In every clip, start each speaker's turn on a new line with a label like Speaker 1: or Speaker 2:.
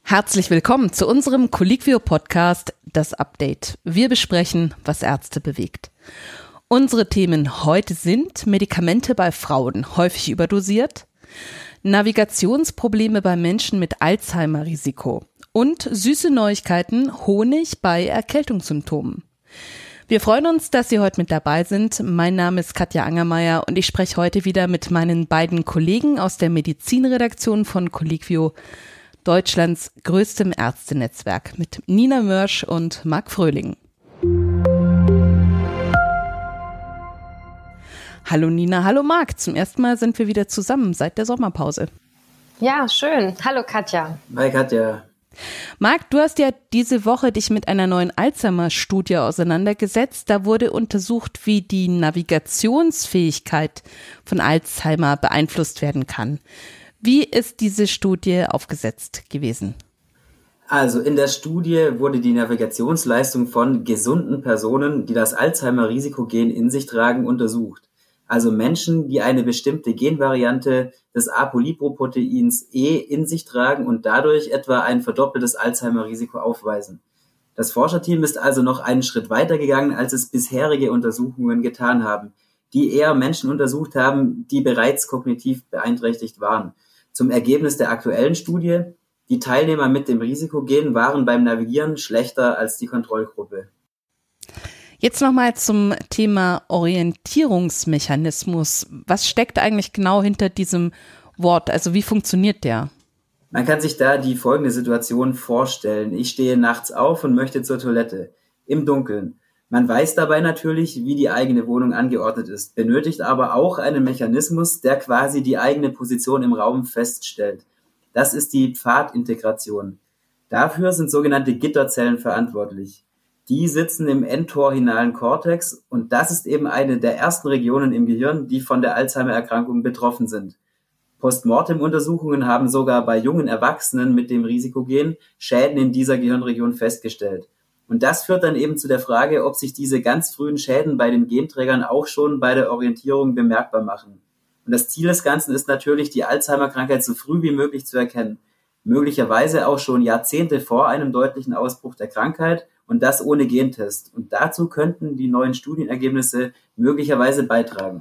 Speaker 1: Herzlich willkommen zu unserem Colliquio-Podcast Das Update. Wir besprechen, was Ärzte bewegt. Unsere Themen heute sind Medikamente bei Frauen, häufig überdosiert, Navigationsprobleme bei Menschen mit Alzheimer-Risiko und süße Neuigkeiten, Honig bei Erkältungssymptomen. Wir freuen uns, dass Sie heute mit dabei sind. Mein Name ist Katja Angermeier und ich spreche heute wieder mit meinen beiden Kollegen aus der Medizinredaktion von Colliquio, Deutschlands größtem Ärztenetzwerk, mit Nina Mörsch und Marc Fröhling. Hallo Nina, hallo Marc. Zum ersten Mal sind wir wieder zusammen seit der Sommerpause.
Speaker 2: Ja, schön. Hallo Katja.
Speaker 3: Hi Katja.
Speaker 1: Marc, du hast ja diese Woche dich mit einer neuen Alzheimer-Studie auseinandergesetzt. Da wurde untersucht, wie die Navigationsfähigkeit von Alzheimer beeinflusst werden kann. Wie ist diese Studie aufgesetzt gewesen?
Speaker 3: Also in der Studie wurde die Navigationsleistung von gesunden Personen, die das Alzheimer-Risikogen in sich tragen, untersucht. Also Menschen, die eine bestimmte Genvariante des Apolipoproteins E in sich tragen und dadurch etwa ein verdoppeltes Alzheimer-Risiko aufweisen. Das Forscherteam ist also noch einen Schritt weiter gegangen, als es bisherige Untersuchungen getan haben, die eher Menschen untersucht haben, die bereits kognitiv beeinträchtigt waren. Zum Ergebnis der aktuellen Studie: Die Teilnehmer mit dem Risikogen waren beim Navigieren schlechter als die Kontrollgruppe.
Speaker 1: Jetzt nochmal zum Thema Orientierungsmechanismus. Was steckt eigentlich genau hinter diesem Wort? Also wie funktioniert der?
Speaker 3: Man kann sich da die folgende Situation vorstellen. Ich stehe nachts auf und möchte zur Toilette. Im Dunkeln. Man weiß dabei natürlich, wie die eigene Wohnung angeordnet ist, benötigt aber auch einen Mechanismus, der quasi die eigene Position im Raum feststellt. Das ist die Pfadintegration. Dafür sind sogenannte Gitterzellen verantwortlich. Die sitzen im entorhinalen Kortex und das ist eben eine der ersten Regionen im Gehirn, die von der Alzheimer-Erkrankung betroffen sind. Postmortem-Untersuchungen haben sogar bei jungen Erwachsenen mit dem Risikogen Schäden in dieser Gehirnregion festgestellt. Und das führt dann eben zu der Frage, ob sich diese ganz frühen Schäden bei den Genträgern auch schon bei der Orientierung bemerkbar machen. Und das Ziel des Ganzen ist natürlich, die Alzheimer-Krankheit so früh wie möglich zu erkennen. Möglicherweise auch schon Jahrzehnte vor einem deutlichen Ausbruch der Krankheit und das ohne Gentest. Und dazu könnten die neuen Studienergebnisse möglicherweise beitragen.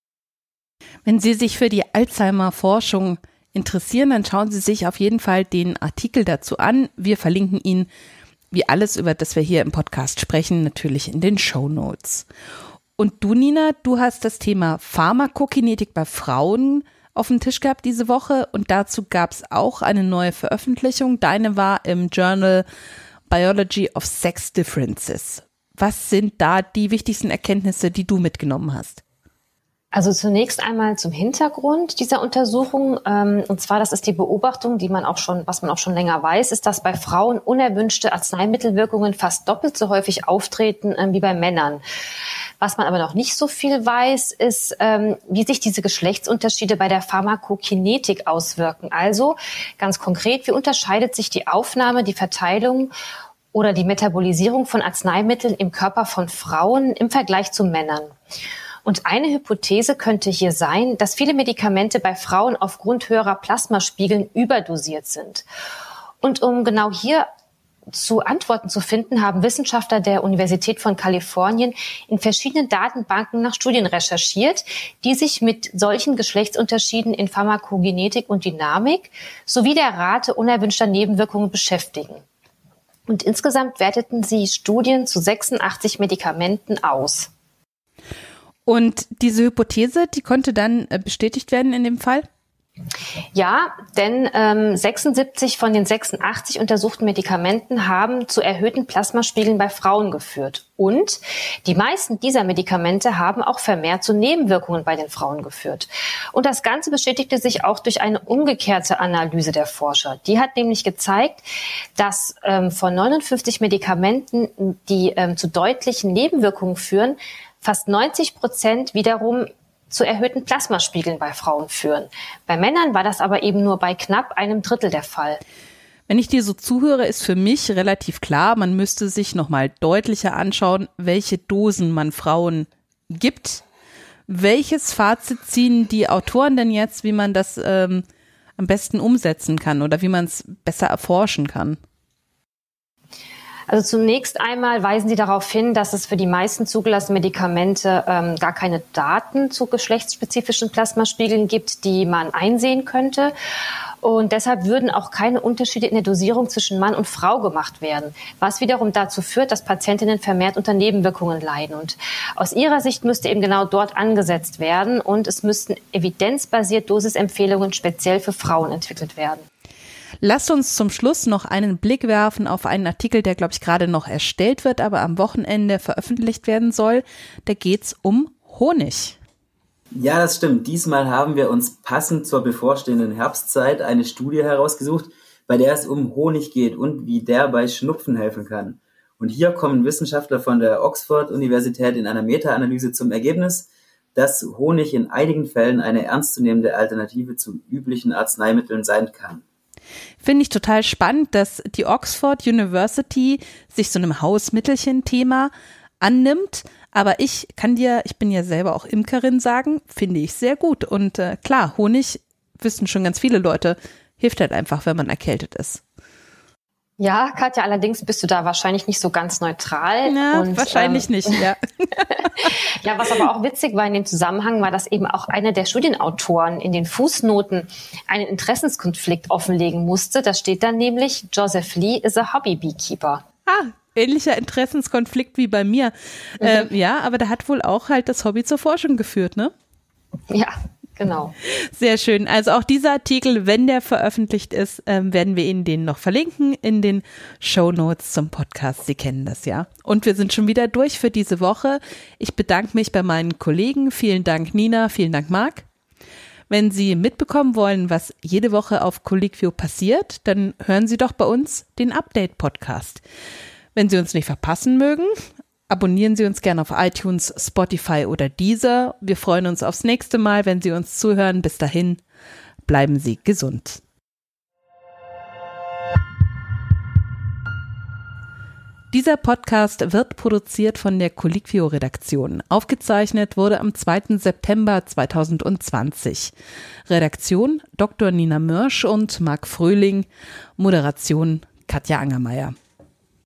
Speaker 1: Wenn Sie sich für die Alzheimer-Forschung interessieren, dann schauen Sie sich auf jeden Fall den Artikel dazu an. Wir verlinken ihn, wie alles, über das wir hier im Podcast sprechen, natürlich in den Shownotes. Und du, Nina, du hast das Thema Pharmakokinetik bei Frauen auf dem Tisch gehabt diese Woche und dazu gab es auch eine neue Veröffentlichung. Deine war im Journal Biology of Sex Differences. Was sind da die wichtigsten Erkenntnisse, die du mitgenommen hast?
Speaker 2: Also zunächst einmal zum Hintergrund dieser Untersuchung. Und zwar, das ist die Beobachtung, was man auch schon länger weiß, ist, dass bei Frauen unerwünschte Arzneimittelwirkungen fast doppelt so häufig auftreten wie bei Männern. Was man aber noch nicht so viel weiß, ist, wie sich diese Geschlechtsunterschiede bei der Pharmakokinetik auswirken. Also ganz konkret, wie unterscheidet sich die Aufnahme, die Verteilung oder die Metabolisierung von Arzneimitteln im Körper von Frauen im Vergleich zu Männern? Und eine Hypothese könnte hier sein, dass viele Medikamente bei Frauen aufgrund höherer Plasmaspiegeln überdosiert sind. Und um genau hier zu Antworten zu finden, haben Wissenschaftler der Universität von Kalifornien in verschiedenen Datenbanken nach Studien recherchiert, die sich mit solchen Geschlechtsunterschieden in Pharmakogenetik und Dynamik sowie der Rate unerwünschter Nebenwirkungen beschäftigen. Und insgesamt werteten sie Studien zu 86 Medikamenten aus.
Speaker 1: Und diese Hypothese, die konnte dann bestätigt werden in dem Fall?
Speaker 2: Ja, denn 76 von den 86 untersuchten Medikamenten haben zu erhöhten Plasmaspiegeln bei Frauen geführt. Und die meisten dieser Medikamente haben auch vermehrt zu Nebenwirkungen bei den Frauen geführt. Und das Ganze bestätigte sich auch durch eine umgekehrte Analyse der Forscher. Die hat nämlich gezeigt, dass von 59 Medikamenten, die zu deutlichen Nebenwirkungen führen, fast 90% wiederum zu erhöhten Plasmaspiegeln bei Frauen führen. Bei Männern war das aber eben nur bei knapp einem Drittel der Fall.
Speaker 1: Wenn ich dir so zuhöre, ist für mich relativ klar, man müsste sich nochmal deutlicher anschauen, welche Dosen man Frauen gibt. Welches Fazit ziehen die Autoren denn jetzt, wie man das am besten umsetzen kann oder wie man es besser erforschen kann?
Speaker 2: Also zunächst einmal weisen Sie darauf hin, dass es für die meisten zugelassenen Medikamente gar keine Daten zu geschlechtsspezifischen Plasmaspiegeln gibt, die man einsehen könnte. Und deshalb würden auch keine Unterschiede in der Dosierung zwischen Mann und Frau gemacht werden, was wiederum dazu führt, dass Patientinnen vermehrt unter Nebenwirkungen leiden. Und aus Ihrer Sicht müsste eben genau dort angesetzt werden und es müssten evidenzbasiert Dosisempfehlungen speziell für Frauen entwickelt werden.
Speaker 1: Lasst uns zum Schluss noch einen Blick werfen auf einen Artikel, der, glaube ich, gerade noch erstellt wird, aber am Wochenende veröffentlicht werden soll. Da geht's um Honig.
Speaker 3: Ja, das stimmt. Diesmal haben wir uns passend zur bevorstehenden Herbstzeit eine Studie herausgesucht, bei der es um Honig geht und wie der bei Schnupfen helfen kann. Und hier kommen Wissenschaftler von der Oxford-Universität in einer Meta-Analyse zum Ergebnis, dass Honig in einigen Fällen eine ernstzunehmende Alternative zu üblichen Arzneimitteln sein kann.
Speaker 1: Finde ich total spannend, dass die Oxford University sich so einem Hausmittelchen-Thema annimmt. Aber ich bin ja selber auch Imkerin, sagen, finde ich sehr gut. Und klar, Honig, wissen schon ganz viele Leute, hilft halt einfach, wenn man erkältet ist.
Speaker 2: Ja, Katja, allerdings bist du da wahrscheinlich nicht so ganz neutral.
Speaker 1: Ja, und, wahrscheinlich nicht, ja.
Speaker 2: Ja, was aber auch witzig war in dem Zusammenhang, war, dass eben auch einer der Studienautoren in den Fußnoten einen Interessenskonflikt offenlegen musste. Da steht dann nämlich, Joseph Lee is a hobby beekeeper.
Speaker 1: Ähnlicher Interessenskonflikt wie bei mir. Ja, aber der hat wohl auch halt das Hobby zur Forschung geführt, ne?
Speaker 2: Ja, genau.
Speaker 1: Sehr schön. Also auch dieser Artikel, wenn der veröffentlicht ist, werden wir Ihnen den noch verlinken in den Shownotes zum Podcast. Sie kennen das ja. Und wir sind schon wieder durch für diese Woche. Ich bedanke mich bei meinen Kollegen. Vielen Dank, Nina. Vielen Dank, Marc. Wenn Sie mitbekommen wollen, was jede Woche auf Colliquio passiert, dann hören Sie doch bei uns den Update-Podcast. Wenn Sie uns nicht verpassen mögen, abonnieren Sie uns gerne auf iTunes, Spotify oder Deezer. Wir freuen uns aufs nächste Mal, wenn Sie uns zuhören. Bis dahin, bleiben Sie gesund. Dieser Podcast wird produziert von der Colliquio-Redaktion. Aufgezeichnet wurde am 2. September 2020. Redaktion Dr. Nina Mörsch und Marc Fröhling. Moderation Katja Angermeier.